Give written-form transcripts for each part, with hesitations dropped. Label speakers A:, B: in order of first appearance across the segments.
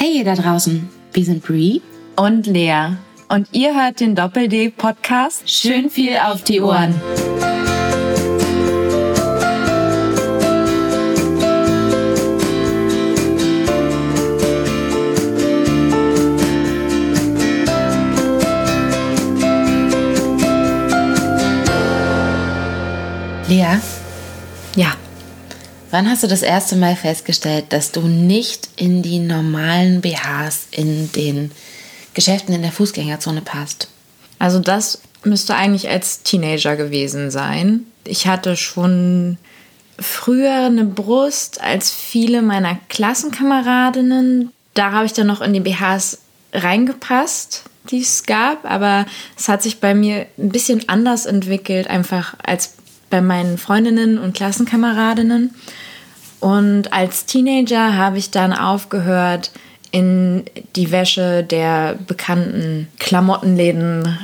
A: Hey ihr da draußen, wir sind Brie
B: und Lea und ihr hört den Doppel-D-Podcast
A: Schön viel auf die Ohren. Lea?
B: Ja.
A: Wann hast du das erste Mal festgestellt, dass du nicht in die normalen BHs in den Geschäften in der Fußgängerzone passt?
B: Also das müsste eigentlich als Teenager gewesen sein. Ich hatte schon früher eine Brust als viele meiner Klassenkameradinnen. Da habe ich dann noch in die BHs reingepasst, die es gab. Aber es hat sich bei mir ein bisschen anders entwickelt, einfach als bei meinen Freundinnen und Klassenkameradinnen. Und als Teenager habe ich dann aufgehört, in die Wäsche der bekannten Klamottenläden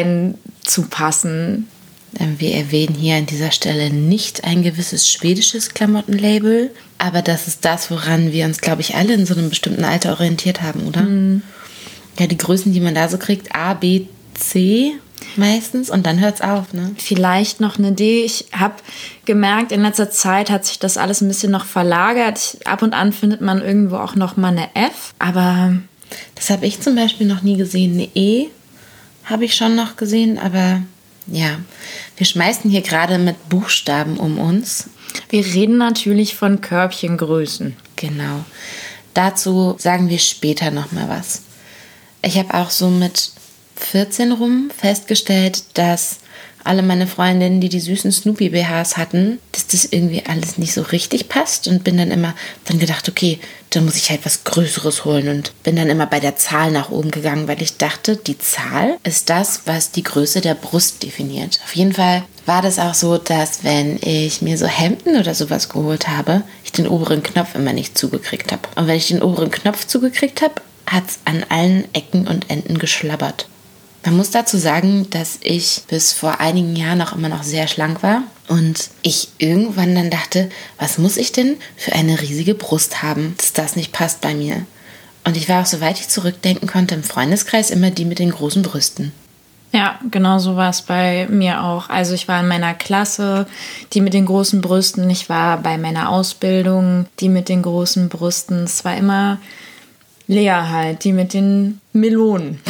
B: reinzupassen.
A: Wir erwähnen hier an dieser Stelle nicht ein gewisses schwedisches Klamottenlabel, aber das ist das, woran wir uns, glaube ich, alle in so einem bestimmten Alter orientiert haben, oder? Mhm. Ja, die Größen, die man da so kriegt, A, B, C meistens, und dann hört's auf, ne?
B: Vielleicht noch eine D. Ich habe gemerkt, in letzter Zeit hat sich das alles ein bisschen noch verlagert. Ab und an findet man irgendwo auch noch mal eine F, aber...
A: Das habe ich zum Beispiel noch nie gesehen. Eine E habe ich schon noch gesehen, aber ja, wir schmeißen hier gerade mit Buchstaben um uns.
B: Wir reden natürlich von Körbchengrößen.
A: Genau. Dazu sagen wir später noch mal was. Ich habe auch so mit 14 rum festgestellt, dass alle meine Freundinnen, die süßen Snoopy-BHs hatten, dass das irgendwie alles nicht so richtig passt, und bin dann gedacht, okay, dann muss ich halt was Größeres holen, und bin dann immer bei der Zahl nach oben gegangen, weil ich dachte, die Zahl ist das, was die Größe der Brust definiert. Auf jeden Fall war das auch so, dass wenn ich mir so Hemden oder sowas geholt habe, ich den oberen Knopf immer nicht zugekriegt habe. Und wenn ich den oberen Knopf zugekriegt habe, hat es an allen Ecken und Enden geschlabbert. Man muss dazu sagen, dass ich bis vor einigen Jahren auch immer noch sehr schlank war und ich irgendwann dann dachte, was muss ich denn für eine riesige Brust haben, dass das nicht passt bei mir. Und ich war auch, soweit ich zurückdenken konnte, im Freundeskreis immer die mit den großen Brüsten.
B: Ja, genau so war es bei mir auch. Also ich war in meiner Klasse die mit den großen Brüsten, ich war bei meiner Ausbildung die mit den großen Brüsten. Es war immer Lea halt, die mit den Melonen.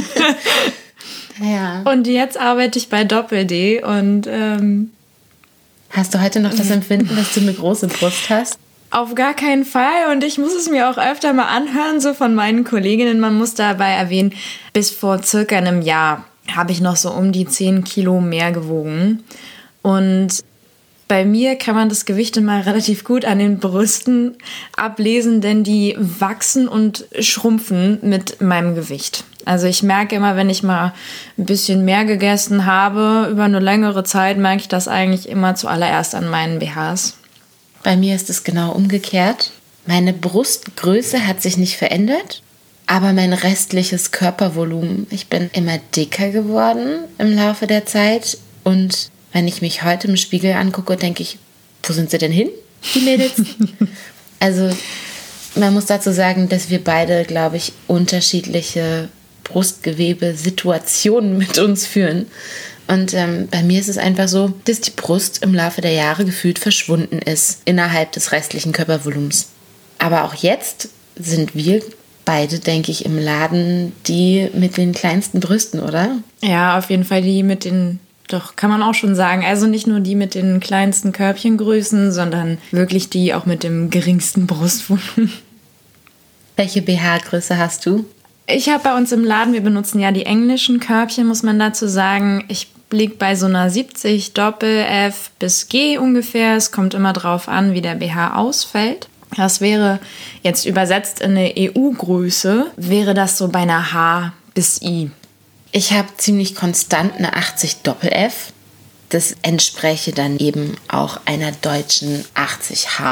A: Ja.
B: Und jetzt arbeite ich bei Doppel-D und
A: hast du heute noch das Empfinden, dass du eine große Brust hast?
B: Auf gar keinen Fall, und ich muss es mir auch öfter mal anhören, so von meinen Kolleginnen. Man muss dabei erwähnen, bis vor circa einem Jahr habe ich noch so um die 10 Kilo mehr gewogen. Und bei mir kann man das Gewicht immer relativ gut an den Brüsten ablesen, denn die wachsen und schrumpfen mit meinem Gewicht. Also ich merke immer, wenn ich mal ein bisschen mehr gegessen habe, über eine längere Zeit, merke ich das eigentlich immer zuallererst an meinen BHs.
A: Bei mir ist es genau umgekehrt. Meine Brustgröße hat sich nicht verändert, aber mein restliches Körpervolumen. Ich bin immer dicker geworden im Laufe der Zeit, und wenn ich mich heute im Spiegel angucke, denke ich, wo sind sie denn hin, die Mädels? Also man muss dazu sagen, dass wir beide, glaube ich, unterschiedliche Brustgewebe-Situationen mit uns führen. Und bei mir ist es einfach so, dass die Brust im Laufe der Jahre gefühlt verschwunden ist innerhalb des restlichen Körpervolumens. Aber auch jetzt sind wir beide, denke ich, im Laden die mit den kleinsten Brüsten, oder?
B: Ja, auf jeden Fall die mit den... Doch, kann man auch schon sagen. Also nicht nur die mit den kleinsten Körbchengrößen, sondern wirklich die auch mit dem geringsten Brustvolumen.
A: Welche BH-Größe hast du?
B: Ich habe bei uns im Laden, wir benutzen ja die englischen Körbchen, muss man dazu sagen. Ich liege bei so einer 70 Doppel-F bis G ungefähr. Es kommt immer drauf an, wie der BH ausfällt. Das wäre jetzt übersetzt in eine EU-Größe, wäre das so bei einer H bis I.
A: Ich habe ziemlich konstant eine 80 Doppel-F. Das entspräche dann eben auch einer deutschen 80H.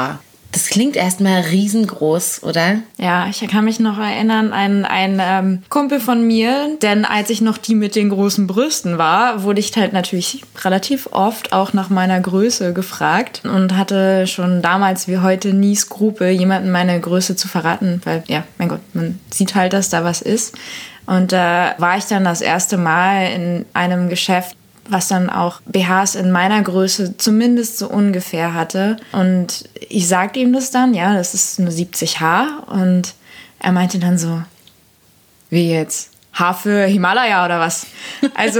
A: Das klingt erstmal riesengroß, oder?
B: Ja, ich kann mich noch erinnern an einen Kumpel von mir, denn als ich noch die mit den großen Brüsten war, wurde ich halt natürlich relativ oft auch nach meiner Größe gefragt und hatte schon damals wie heute nie Skrupel, jemandem meine Größe zu verraten, weil, ja, mein Gott, man sieht halt, dass da was ist. Und da war ich dann das erste Mal in einem Geschäft, was dann auch BHs in meiner Größe zumindest so ungefähr hatte. Und ich sagte ihm das dann, ja, das ist eine 70H. Und er meinte dann so, wie jetzt? H für Himalaya oder was? Also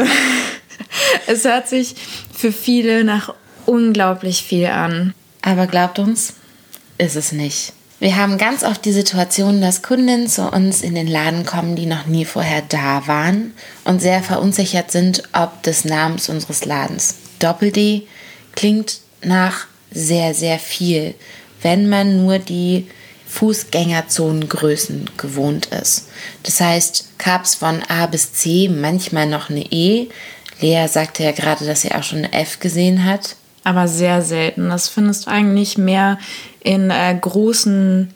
B: es hört sich für viele nach unglaublich viel an.
A: Aber glaubt uns, ist es nicht. Wir haben ganz oft die Situation, dass Kundinnen zu uns in den Laden kommen, die noch nie vorher da waren und sehr verunsichert sind ob des Namens unseres Ladens. Doppel-D klingt nach sehr, sehr viel, wenn man nur die Fußgängerzonengrößen gewohnt ist. Das heißt, Cups von A bis C, manchmal noch eine E. Lea sagte ja gerade, dass sie auch schon eine F gesehen hat.
B: Aber sehr selten. Das findest du eigentlich mehr in großen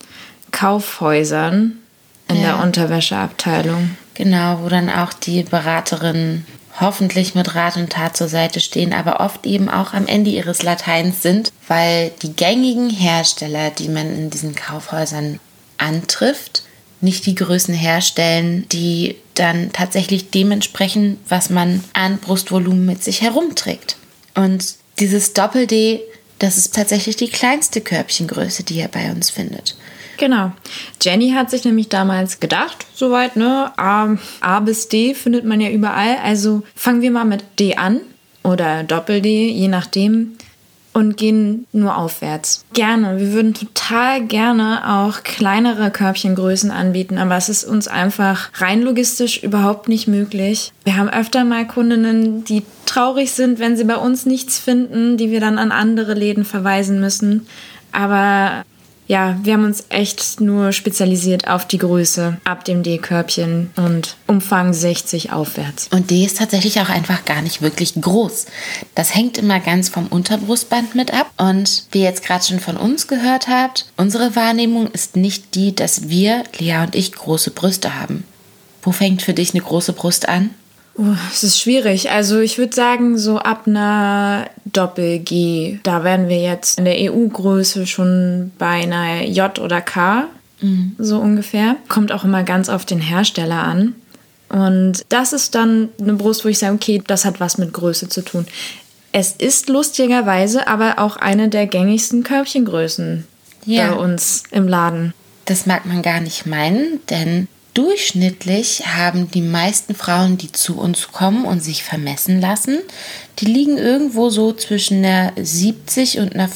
B: Kaufhäusern in der Unterwäscheabteilung.
A: Genau, wo dann auch die Beraterinnen hoffentlich mit Rat und Tat zur Seite stehen, aber oft eben auch am Ende ihres Lateins sind, weil die gängigen Hersteller, die man in diesen Kaufhäusern antrifft, nicht die Größen herstellen, die dann tatsächlich dementsprechend, was man an Brustvolumen mit sich herumträgt. Und dieses Doppel-D, das ist tatsächlich die kleinste Körbchengröße, die ihr bei uns findet.
B: Genau. Jenny hat sich nämlich damals gedacht, soweit, ne? A bis D findet man ja überall. Also fangen wir mal mit D an oder Doppel-D, je nachdem. Und gehen nur aufwärts. Gerne. Wir würden total gerne auch kleinere Körbchengrößen anbieten, aber es ist uns einfach rein logistisch überhaupt nicht möglich. Wir haben öfter mal Kundinnen, die traurig sind, wenn sie bei uns nichts finden, die wir dann an andere Läden verweisen müssen. Aber ja, wir haben uns echt nur spezialisiert auf die Größe ab dem D-Körbchen und Umfang 60 aufwärts.
A: Und D ist tatsächlich auch einfach gar nicht wirklich groß. Das hängt immer ganz vom Unterbrustband mit ab. Und wie ihr jetzt gerade schon von uns gehört habt, unsere Wahrnehmung ist nicht die, dass wir, Lea und ich, große Brüste haben. Wo fängt für dich eine große Brust an?
B: Es ist schwierig. Also ich würde sagen, so ab einer Doppel-G, da wären wir jetzt in der EU-Größe schon bei einer J oder K, so ungefähr. Kommt auch immer ganz auf den Hersteller an. Und das ist dann eine Brust, wo ich sage, okay, das hat was mit Größe zu tun. Es ist lustigerweise aber auch eine der gängigsten Körbchengrößen bei uns im Laden.
A: Das mag man gar nicht meinen, denn durchschnittlich haben die meisten Frauen, die zu uns kommen und sich vermessen lassen, die liegen irgendwo so zwischen einer 70 und einer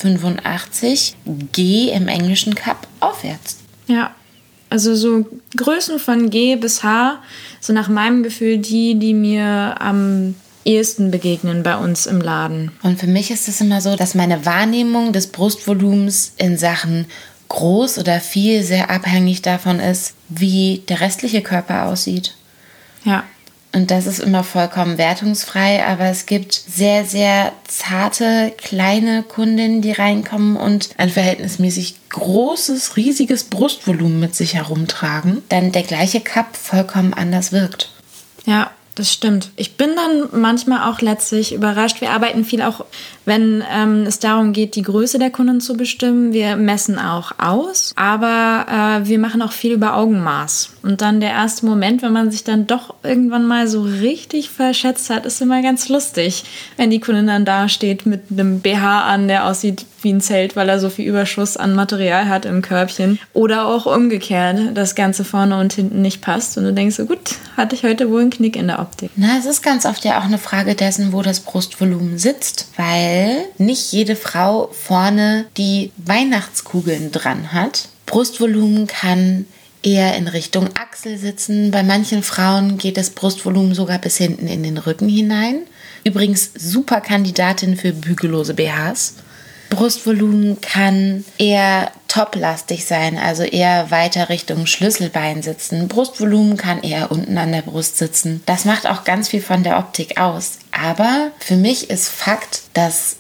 A: 85 G im englischen Cup aufwärts.
B: Ja, also so Größen von G bis H, so nach meinem Gefühl die mir am ehesten begegnen bei uns im Laden.
A: Und für mich ist es immer so, dass meine Wahrnehmung des Brustvolumens in Sachen groß oder viel sehr abhängig davon ist, wie der restliche Körper aussieht.
B: Ja.
A: Und das ist immer vollkommen wertungsfrei, aber es gibt sehr, sehr zarte, kleine Kundinnen, die reinkommen und ein verhältnismäßig großes, riesiges Brustvolumen mit sich herumtragen, dann der gleiche Cup vollkommen anders wirkt.
B: Ja, das stimmt. Ich bin dann manchmal auch letztlich überrascht. Wir arbeiten viel auch, wenn es darum geht, die Größe der Kunden zu bestimmen. Wir messen auch aus, aber wir machen auch viel über Augenmaß. Und dann der erste Moment, wenn man sich dann doch irgendwann mal so richtig verschätzt hat, ist immer ganz lustig, wenn die Kundin dann da steht mit einem BH an, der aussieht wie ein Zelt, weil er so viel Überschuss an Material hat im Körbchen. Oder auch umgekehrt, das Ganze vorne und hinten nicht passt. Und du denkst so, gut, hatte ich heute wohl einen Knick in der Optik.
A: Na, es ist ganz oft ja auch eine Frage dessen, wo das Brustvolumen sitzt, weil nicht jede Frau vorne die Weihnachtskugeln dran hat. Brustvolumen kann eher in Richtung Achsel sitzen. Bei manchen Frauen geht das Brustvolumen sogar bis hinten in den Rücken hinein. Übrigens super Kandidatin für bügellose BHs. Brustvolumen kann eher toplastig sein, also eher weiter Richtung Schlüsselbein sitzen. Brustvolumen kann eher unten an der Brust sitzen. Das macht auch ganz viel von der Optik aus. Aber für mich ist Fakt, dass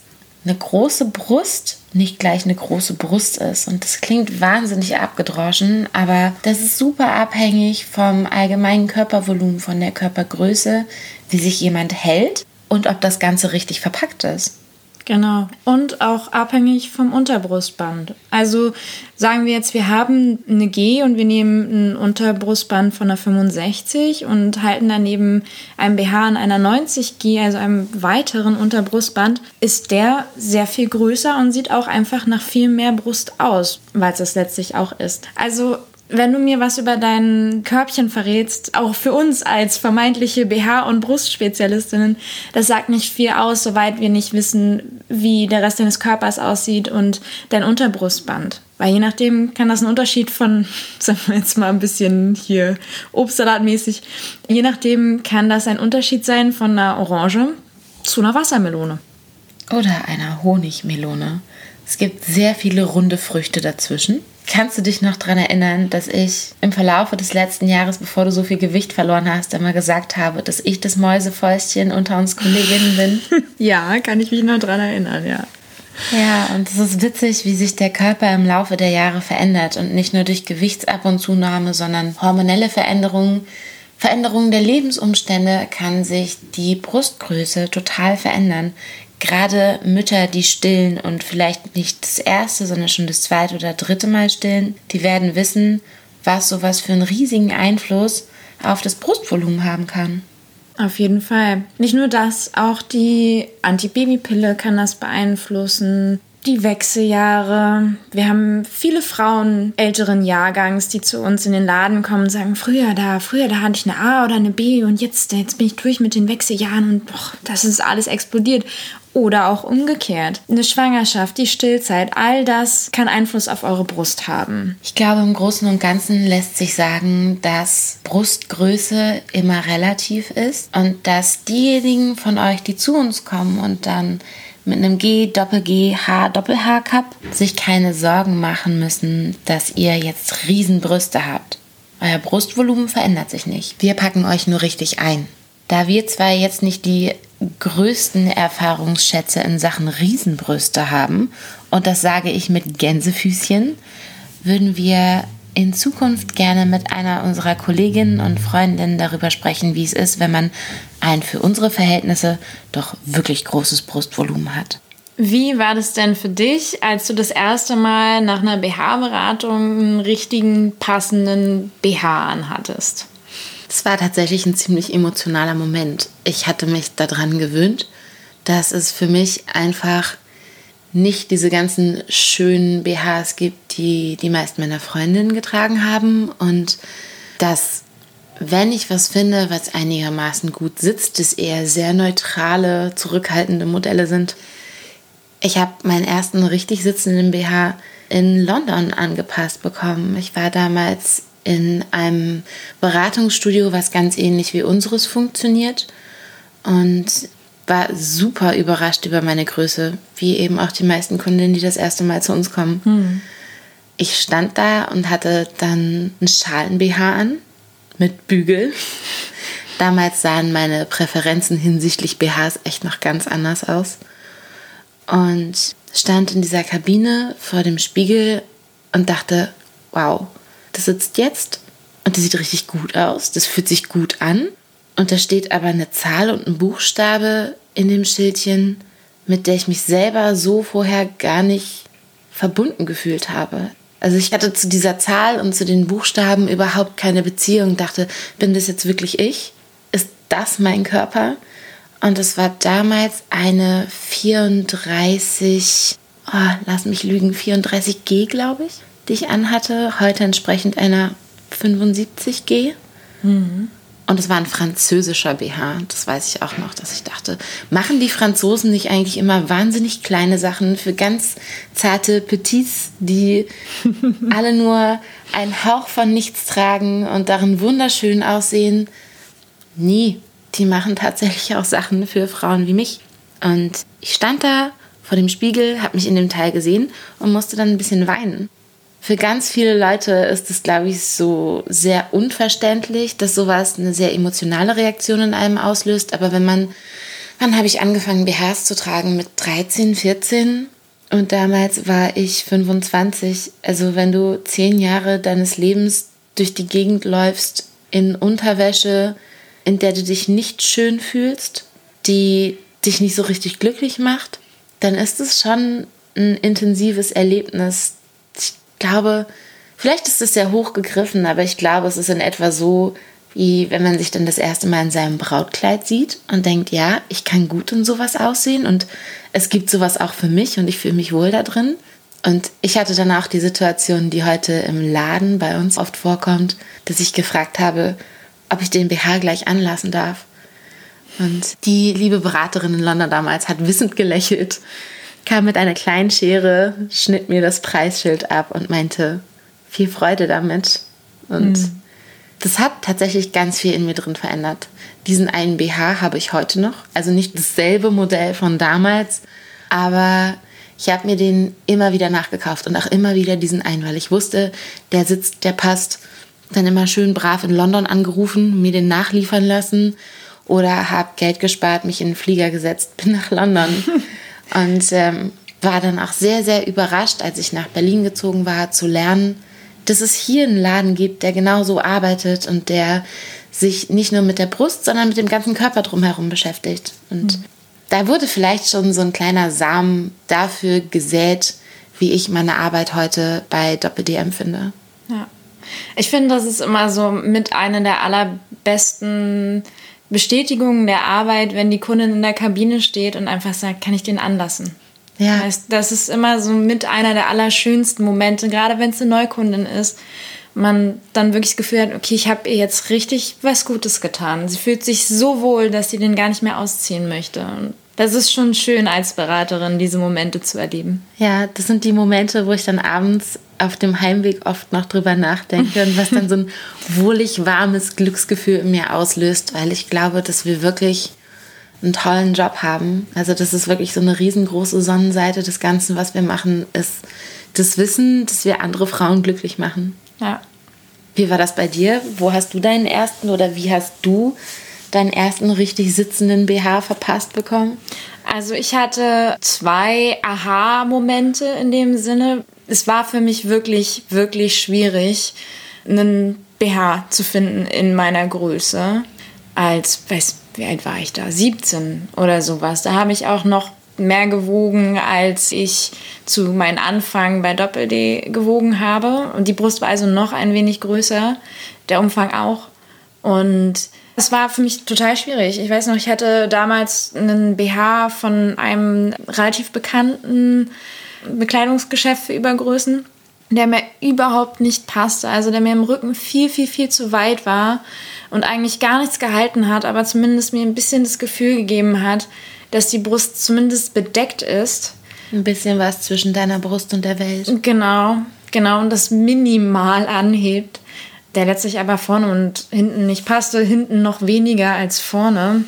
A: eine große Brust nicht gleich eine große Brust ist. Und das klingt wahnsinnig abgedroschen, aber das ist super abhängig vom allgemeinen Körpervolumen, von der Körpergröße, wie sich jemand hält und ob das Ganze richtig verpackt ist.
B: Genau. Und auch abhängig vom Unterbrustband. Also sagen wir jetzt, wir haben eine G und wir nehmen ein Unterbrustband von einer 65 und halten daneben einen BH an einer 90 G, also einem weiteren Unterbrustband, ist der sehr viel größer und sieht auch einfach nach viel mehr Brust aus, weil es das letztlich auch ist. Also wenn du mir was über dein Körbchen verrätst, auch für uns als vermeintliche BH- und Brustspezialistinnen, das sagt nicht viel aus, soweit wir nicht wissen, wie der Rest deines Körpers aussieht und dein Unterbrustband. Weil je nachdem kann das ein Unterschied von, sagen wir jetzt mal ein bisschen hier Obstsalatmäßig, je nachdem kann das ein Unterschied sein von einer Orange zu einer Wassermelone.
A: Oder einer Honigmelone. Es gibt sehr viele runde Früchte dazwischen. Kannst du dich noch daran erinnern, dass ich im Verlaufe des letzten Jahres, bevor du so viel Gewicht verloren hast, einmal gesagt habe, dass ich das Mäusefäustchen unter uns Kolleginnen bin?
B: Ja, kann ich mich noch daran erinnern, ja.
A: Ja, und es ist witzig, wie sich der Körper im Laufe der Jahre verändert und nicht nur durch Gewichtsab- und Zunahme, sondern hormonelle Veränderungen, Veränderungen der Lebensumstände kann sich die Brustgröße total verändern. Gerade Mütter, die stillen und vielleicht nicht das erste, sondern schon das zweite oder dritte Mal stillen, die werden wissen, was sowas für einen riesigen Einfluss auf das Brustvolumen haben kann.
B: Auf jeden Fall. Nicht nur das, auch die Antibabypille kann das beeinflussen. Die Wechseljahre. Wir haben viele Frauen älteren Jahrgangs, die zu uns in den Laden kommen und sagen, früher da hatte ich eine A oder eine B und jetzt bin ich durch mit den Wechseljahren und das ist alles explodiert. Oder auch umgekehrt. Eine Schwangerschaft, die Stillzeit, all das kann Einfluss auf eure Brust haben.
A: Ich glaube, im Großen und Ganzen lässt sich sagen, dass Brustgröße immer relativ ist und dass diejenigen von euch, die zu uns kommen und dann mit einem G, Doppel-G, H, Doppel-H-Cup sich keine Sorgen machen müssen, dass ihr jetzt Riesenbrüste habt. Euer Brustvolumen verändert sich nicht. Wir packen euch nur richtig ein. Da wir zwar jetzt nicht die größten Erfahrungsschätze in Sachen Riesenbrüste haben, und das sage ich mit Gänsefüßchen, würden wir in Zukunft gerne mit einer unserer Kolleginnen und Freundinnen darüber sprechen, wie es ist, wenn man ein für unsere Verhältnisse doch wirklich großes Brustvolumen hat.
B: Wie war das denn für dich, als du das erste Mal nach einer BH-Beratung einen richtigen, passenden BH anhattest?
A: Es war tatsächlich ein ziemlich emotionaler Moment. Ich hatte mich daran gewöhnt, dass es für mich einfach nicht diese ganzen schönen BHs gibt, die die meisten meiner Freundinnen getragen haben. Und dass, wenn ich was finde, was einigermaßen gut sitzt, es eher sehr neutrale, zurückhaltende Modelle sind. Ich habe meinen ersten richtig sitzenden BH in London angepasst bekommen. Ich war damals in einem Beratungsstudio, was ganz ähnlich wie unseres funktioniert und war super überrascht über meine Größe, wie eben auch die meisten Kundinnen, die das erste Mal zu uns kommen. Ich stand da und hatte dann einen Schalen-BH an mit Bügel. Damals sahen meine Präferenzen hinsichtlich BHs echt noch ganz anders aus. Und stand in dieser Kabine vor dem Spiegel und dachte, wow, das sitzt jetzt und das sieht richtig gut aus, das fühlt sich gut an. Und da steht aber eine Zahl und ein Buchstabe in dem Schildchen, mit der ich mich selber so vorher gar nicht verbunden gefühlt habe. Also ich hatte zu dieser Zahl und zu den Buchstaben überhaupt keine Beziehung, dachte, bin das jetzt wirklich ich? Ist das mein Körper? Und es war damals eine 34G, glaube ich, die ich anhatte, heute entsprechend einer 75G. Und es war ein französischer BH, das weiß ich auch noch, dass ich dachte, machen die Franzosen nicht eigentlich immer wahnsinnig kleine Sachen für ganz zarte Petits, die alle nur einen Hauch von nichts tragen und darin wunderschön aussehen? Nie. Die machen tatsächlich auch Sachen für Frauen wie mich. Und ich stand da vor dem Spiegel, habe mich in dem Teil gesehen und musste dann ein bisschen weinen. Für ganz viele Leute ist es, glaube ich, so sehr unverständlich, dass sowas eine sehr emotionale Reaktion in einem auslöst. Aber wenn man Wann habe ich angefangen, BHs zu tragen? Mit 13, 14? Und damals war ich 25. Also wenn du 10 Jahre deines Lebens durch die Gegend läufst in Unterwäsche, in der du dich nicht schön fühlst, die dich nicht so richtig glücklich macht, dann ist es schon ein intensives Erlebnis. Ich glaube, vielleicht ist es sehr hochgegriffen, aber ich glaube, es ist in etwa so, wie wenn man sich dann das erste Mal in seinem Brautkleid sieht und denkt, ja, ich kann gut in sowas aussehen und es gibt sowas auch für mich und ich fühle mich wohl da drin. Und ich hatte dann auch die Situation, die heute im Laden bei uns oft vorkommt, dass ich gefragt habe, ob ich den BH gleich anlassen darf. Und die liebe Beraterin in London damals hat wissend gelächelt, kam mit einer kleinen Schere, schnitt mir das Preisschild ab und meinte, viel Freude damit. Und das hat tatsächlich ganz viel in mir drin verändert. Diesen einen BH habe ich heute noch. Also nicht dasselbe Modell von damals, aber ich habe mir den immer wieder nachgekauft und auch immer wieder diesen einen, weil ich wusste, der sitzt, der passt. Dann immer schön brav in London angerufen, mir den nachliefern lassen oder habe Geld gespart, mich in den Flieger gesetzt, bin nach London und war dann auch sehr, sehr überrascht, als ich nach Berlin gezogen war, zu lernen, dass es hier einen Laden gibt, der genauso arbeitet und der sich nicht nur mit der Brust, sondern mit dem ganzen Körper drumherum beschäftigt. Und da wurde vielleicht schon so ein kleiner Samen dafür gesät, wie ich meine Arbeit heute bei Doppel-D empfinde.
B: Ja. Ich finde, das ist immer so mit einer der allerbesten Bestätigungen der Arbeit, wenn die Kundin in der Kabine steht und einfach sagt, kann ich den anlassen?
A: Ja.
B: Das ist immer so mit einer der allerschönsten Momente, gerade wenn es eine Neukundin ist, man dann wirklich das Gefühl hat, okay, ich habe ihr jetzt richtig was Gutes getan. Sie fühlt sich so wohl, dass sie den gar nicht mehr ausziehen möchte. Und das ist schon schön als Beraterin, diese Momente zu erleben.
A: Ja, das sind die Momente, wo ich dann abends auf dem Heimweg oft noch drüber nachdenke und was dann so ein wohlig warmes Glücksgefühl in mir auslöst, weil ich glaube, dass wir wirklich einen tollen Job haben. Also das ist wirklich so eine riesengroße Sonnenseite des Ganzen, was wir machen, ist das Wissen, dass wir andere Frauen glücklich machen.
B: Ja.
A: Wie war das bei dir? Wo hast du deinen ersten oder wie hast du deinen ersten richtig sitzenden BH verpasst bekommen?
B: Also ich hatte 2 Aha-Momente in dem Sinne. Es war für mich wirklich, wirklich schwierig, einen BH zu finden in meiner Größe. Wie alt war ich da? 17 oder sowas. Da habe ich auch noch mehr gewogen, als ich zu meinem Anfang bei Doppel-D gewogen habe. Und die Brust war also noch ein wenig größer, der Umfang auch. Und es war für mich total schwierig. Ich weiß noch, ich hatte damals einen BH von einem relativ bekannten Bekleidungsgeschäft für Übergrößen, der mir überhaupt nicht passte. Also der mir im Rücken viel, viel, viel zu weit war und eigentlich gar nichts gehalten hat, aber zumindest mir ein bisschen das Gefühl gegeben hat, dass die Brust zumindest bedeckt ist.
A: Ein bisschen was zwischen deiner Brust und der Welt.
B: Genau, und das minimal anhebt, der letztlich aber vorne und hinten nicht passte, hinten noch weniger als vorne,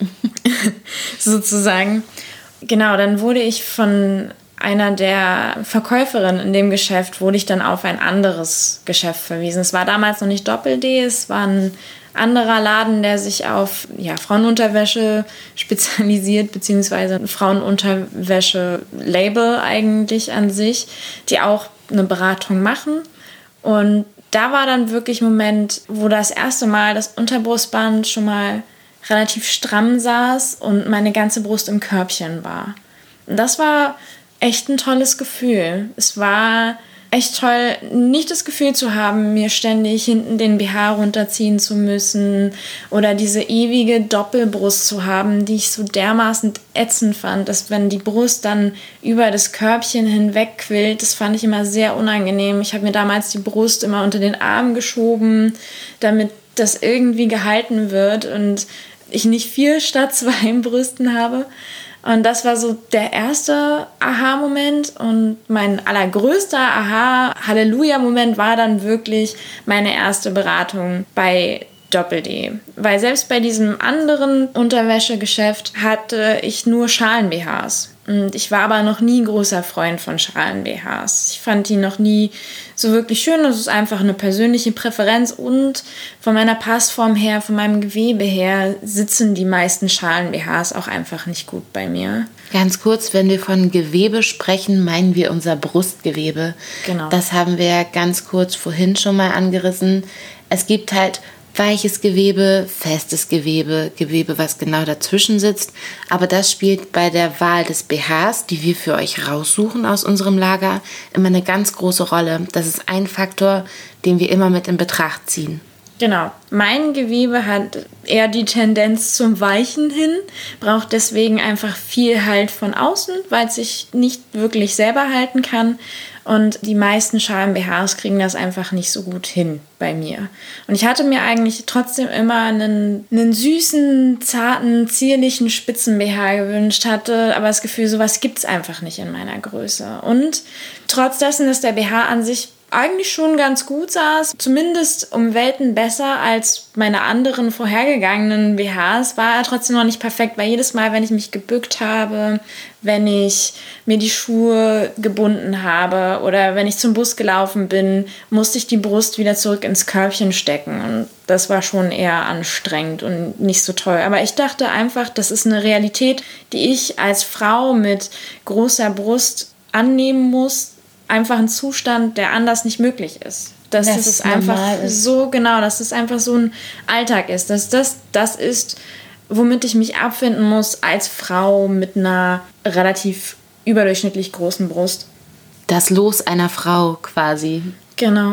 B: sozusagen. Genau, dann wurde ich von einer der Verkäuferinnen in dem Geschäft, wurde ich dann auf ein anderes Geschäft verwiesen. Es war damals noch nicht Doppel-D, es war ein anderer Laden, der sich auf Frauenunterwäsche spezialisiert, beziehungsweise Frauenunterwäsche-Label eigentlich an sich, die auch eine Beratung machen. Und da war dann wirklich ein Moment, wo das erste Mal das Unterbrustband schon mal relativ stramm saß und meine ganze Brust im Körbchen war. Und das war echt ein tolles Gefühl. Es war echt toll, nicht das Gefühl zu haben, mir ständig hinten den BH runterziehen zu müssen oder diese ewige Doppelbrust zu haben, die ich so dermaßen ätzend fand, dass wenn die Brust dann über das Körbchen hinweg quillt, das fand ich immer sehr unangenehm. Ich habe mir damals die Brust immer unter den Arm geschoben, damit das irgendwie gehalten wird und ich nicht 4 statt 2 Brüsten habe. Und das war so der erste Aha-Moment und mein allergrößter Aha-Halleluja-Moment war dann wirklich meine erste Beratung bei Doppel-D. Weil selbst bei diesem anderen Unterwäschegeschäft hatte ich nur Schalen-BHs. Und ich war aber noch nie ein großer Freund von Schalen-BHs. Ich fand die noch nie so wirklich schön. Das ist einfach eine persönliche Präferenz. Und von meiner Passform her, von meinem Gewebe her, sitzen die meisten Schalen-BHs auch einfach nicht gut bei mir.
A: Ganz kurz, wenn wir von Gewebe sprechen, meinen wir unser Brustgewebe.
B: Genau.
A: Das haben wir ganz kurz vorhin schon mal angerissen. Es gibt halt weiches Gewebe, festes Gewebe, Gewebe, was genau dazwischen sitzt. Aber das spielt bei der Wahl des BHs, die wir für euch raussuchen aus unserem Lager, immer eine ganz große Rolle. Das ist ein Faktor, den wir immer mit in Betracht ziehen.
B: Genau. Mein Gewebe hat eher die Tendenz zum Weichen hin, braucht deswegen einfach viel Halt von außen, weil es sich nicht wirklich selber halten kann. Und die meisten Schalen-BHs kriegen das einfach nicht so gut hin bei mir. Und ich hatte mir eigentlich trotzdem immer einen süßen, zarten, zierlichen Spitzen-BH gewünscht, hatte aber das Gefühl, sowas gibt es einfach nicht in meiner Größe. Und trotz dessen, dass der BH an sich eigentlich schon ganz gut saß, zumindest um Welten besser als meine anderen vorhergegangenen BHs, war er trotzdem noch nicht perfekt, weil jedes Mal, wenn ich mich gebückt habe, wenn ich mir die Schuhe gebunden habe oder wenn ich zum Bus gelaufen bin, musste ich die Brust wieder zurück ins Körbchen stecken und das war schon eher anstrengend und nicht so toll. Aber ich dachte einfach, das ist eine Realität, die ich als Frau mit großer Brust annehmen muss, einfach ein Zustand, der anders nicht möglich ist. Dass es einfach so, genau, dass es einfach so ein Alltag ist. Dass das ist, womit ich mich abfinden muss als Frau mit einer relativ überdurchschnittlich großen Brust.
A: Das Los einer Frau quasi.
B: Genau.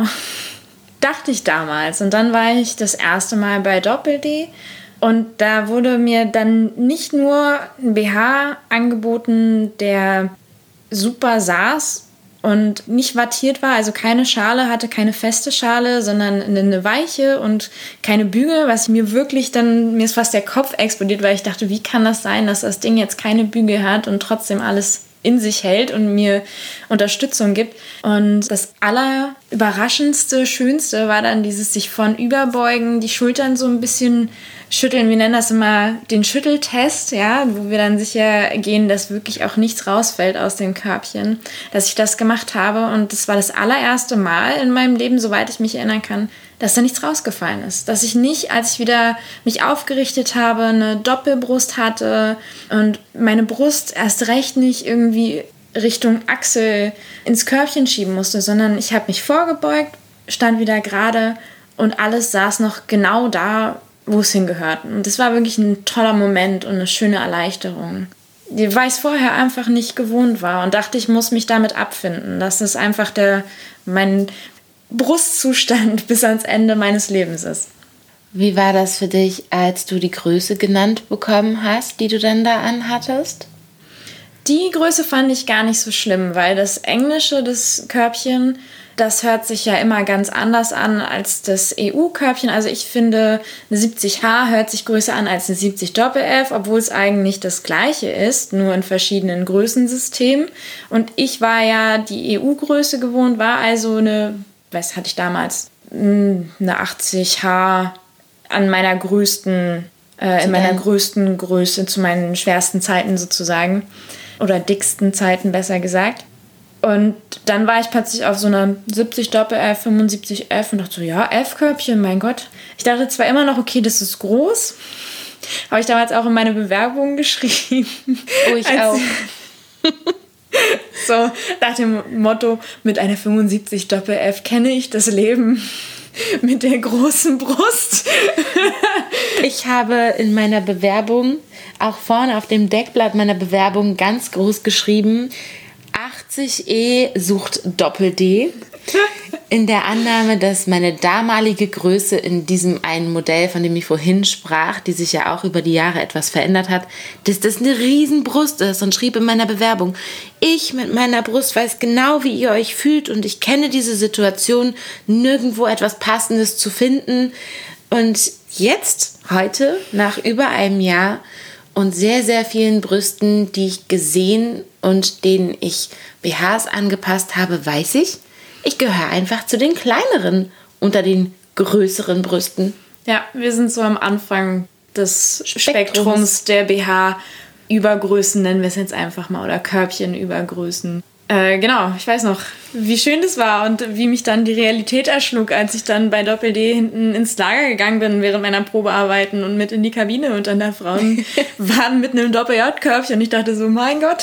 B: Dachte ich damals. Und dann war ich das erste Mal bei Doppel-D. Und da wurde mir dann nicht nur ein BH angeboten, der super saß und nicht wattiert war, also keine Schale hatte, keine feste Schale, sondern eine weiche und keine Bügel, was mir wirklich dann, mir ist fast der Kopf explodiert, weil ich dachte, wie kann das sein, dass das Ding jetzt keine Bügel hat und trotzdem alles in sich hält und mir Unterstützung gibt. Und das allerüberraschendste, Schönste war dann dieses sich von überbeugen, die Schultern so ein bisschen schütteln. Wir nennen das immer den Schütteltest, ja, wo wir dann sicher gehen, dass wirklich auch nichts rausfällt aus dem Körbchen, dass ich das gemacht habe. Und das war das allererste Mal in meinem Leben, soweit ich mich erinnern kann, dass da nichts rausgefallen ist. Dass ich nicht, als ich wieder mich aufgerichtet habe, eine Doppelbrust hatte und meine Brust erst recht nicht irgendwie Richtung Achsel ins Körbchen schieben musste, sondern ich habe mich vorgebeugt, stand wieder gerade und alles saß noch genau da, wo es hingehört. Und das war wirklich ein toller Moment und eine schöne Erleichterung, weil ich es vorher einfach nicht gewohnt war und dachte, ich muss mich damit abfinden. Das ist einfach mein Brustzustand bis ans Ende meines Lebens ist.
A: Wie war das für dich, als du die Größe genannt bekommen hast, die du dann da anhattest?
B: Die Größe fand ich gar nicht so schlimm, weil das Englische, das Körbchen, das hört sich ja immer ganz anders an als das EU-Körbchen. Also ich finde, eine 70H hört sich größer an als eine 70 Doppel-F, obwohl es eigentlich das gleiche ist, nur in verschiedenen Größensystemen. Und ich war ja die EU-Größe gewohnt, war also was hatte ich damals? Eine 80H an meiner größten, in meiner größten Größe, zu meinen schwersten Zeiten sozusagen. Oder dicksten Zeiten, besser gesagt. Und dann war ich plötzlich auf so einer 70 Doppel-F, 75 F und dachte so, ja, F-Körbchen, mein Gott. Ich dachte zwar immer noch, okay, das ist groß. Habe ich damals auch in meine Bewerbung geschrieben.
A: Oh, ich auch.
B: So, nach dem Motto, mit einer 75 Doppel-F kenne ich das Leben mit der großen Brust.
A: Ich habe in meiner Bewerbung, auch vorne auf dem Deckblatt meiner Bewerbung, ganz groß geschrieben, 80E sucht Doppel-D. In der Annahme, dass meine damalige Größe in diesem einen Modell, von dem ich vorhin sprach, die sich ja auch über die Jahre etwas verändert hat, dass das eine Riesenbrust ist, und schrieb in meiner Bewerbung, ich mit meiner Brust weiß genau, wie ihr euch fühlt, und ich kenne diese Situation, nirgendwo etwas Passendes zu finden. Und jetzt, heute, nach über einem Jahr und sehr, sehr vielen Brüsten, die ich gesehen und denen ich BHs angepasst habe, weiß ich gehöre einfach zu den kleineren unter den größeren Brüsten.
B: Ja, wir sind so am Anfang des Spektrums der BH Übergrößen, nennen wir es jetzt einfach mal, oder Körbchenübergrößen. Genau, ich weiß noch, wie schön das war und wie mich dann die Realität erschlug, als ich dann bei Doppel-D hinten ins Lager gegangen bin während meiner Probearbeiten und mit in die Kabine und dann da Frauen waren mit einem Doppel-J-Körbchen und ich dachte so, mein Gott,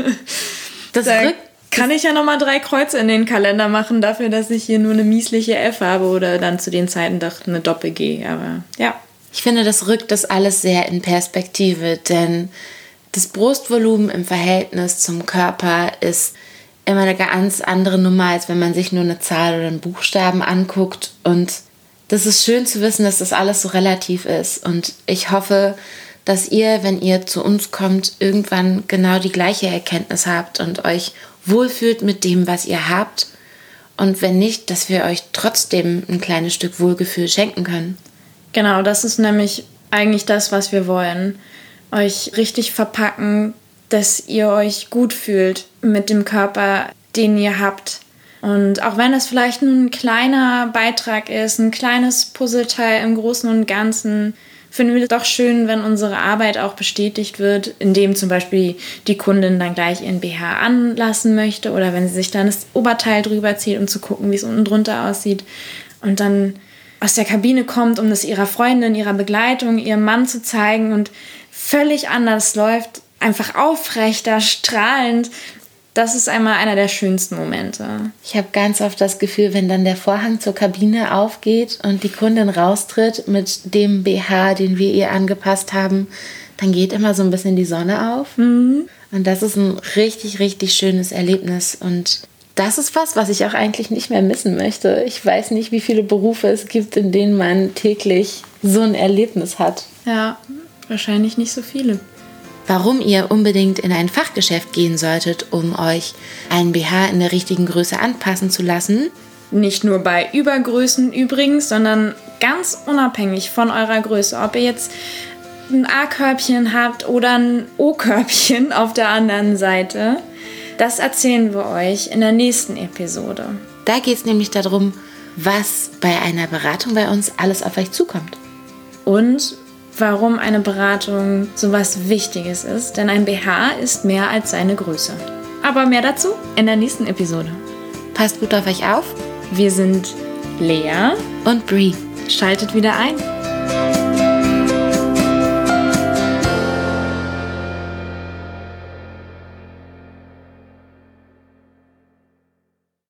B: kann ich ja nochmal 3 Kreuze in den Kalender machen dafür, dass ich hier nur eine miesliche F habe oder dann zu den Zeiten doch eine Doppel-G, aber ja.
A: Ich finde, das rückt das alles sehr in Perspektive, denn das Brustvolumen im Verhältnis zum Körper ist immer eine ganz andere Nummer, als wenn man sich nur eine Zahl oder einen Buchstaben anguckt. Und das ist schön zu wissen, dass das alles so relativ ist. Und ich hoffe, dass ihr, wenn ihr zu uns kommt, irgendwann genau die gleiche Erkenntnis habt und euch wohlfühlt mit dem, was ihr habt. Und wenn nicht, dass wir euch trotzdem ein kleines Stück Wohlgefühl schenken können.
B: Genau, das ist nämlich eigentlich das, was wir wollen. Euch richtig verpacken, dass ihr euch gut fühlt mit dem Körper, den ihr habt. Und auch wenn es vielleicht nur ein kleiner Beitrag ist, ein kleines Puzzleteil im Großen und Ganzen, finden wir es doch schön, wenn unsere Arbeit auch bestätigt wird, indem zum Beispiel die Kundin dann gleich ihren BH anlassen möchte oder wenn sie sich dann das Oberteil drüber zieht, um zu gucken, wie es unten drunter aussieht und dann aus der Kabine kommt, um das ihrer Freundin, ihrer Begleitung, ihrem Mann zu zeigen und völlig anders läuft, einfach aufrechter, strahlend. Das ist einmal einer der schönsten Momente.
A: Ich habe ganz oft das Gefühl, wenn dann der Vorhang zur Kabine aufgeht und die Kundin raustritt mit dem BH, den wir ihr angepasst haben, dann geht immer so ein bisschen die Sonne auf. Mhm. Und das ist ein richtig, richtig schönes Erlebnis. Und das ist was ich auch eigentlich nicht mehr missen möchte. Ich weiß nicht, wie viele Berufe es gibt, in denen man täglich so ein Erlebnis hat.
B: Ja, wahrscheinlich nicht so viele.
A: Warum ihr unbedingt in ein Fachgeschäft gehen solltet, um euch einen BH in der richtigen Größe anpassen zu lassen.
B: Nicht nur bei Übergrößen übrigens, sondern ganz unabhängig von eurer Größe. Ob ihr jetzt ein A-Körbchen habt oder ein O-Körbchen auf der anderen Seite, das erzählen wir euch in der nächsten Episode.
A: Da geht es nämlich darum, was bei einer Beratung bei uns alles auf euch zukommt.
B: Und warum eine Beratung so was Wichtiges ist, denn ein BH ist mehr als seine Größe. Aber mehr dazu in der nächsten Episode.
A: Passt gut auf euch auf.
B: Wir sind Lea
A: und Brie.
B: Schaltet wieder ein.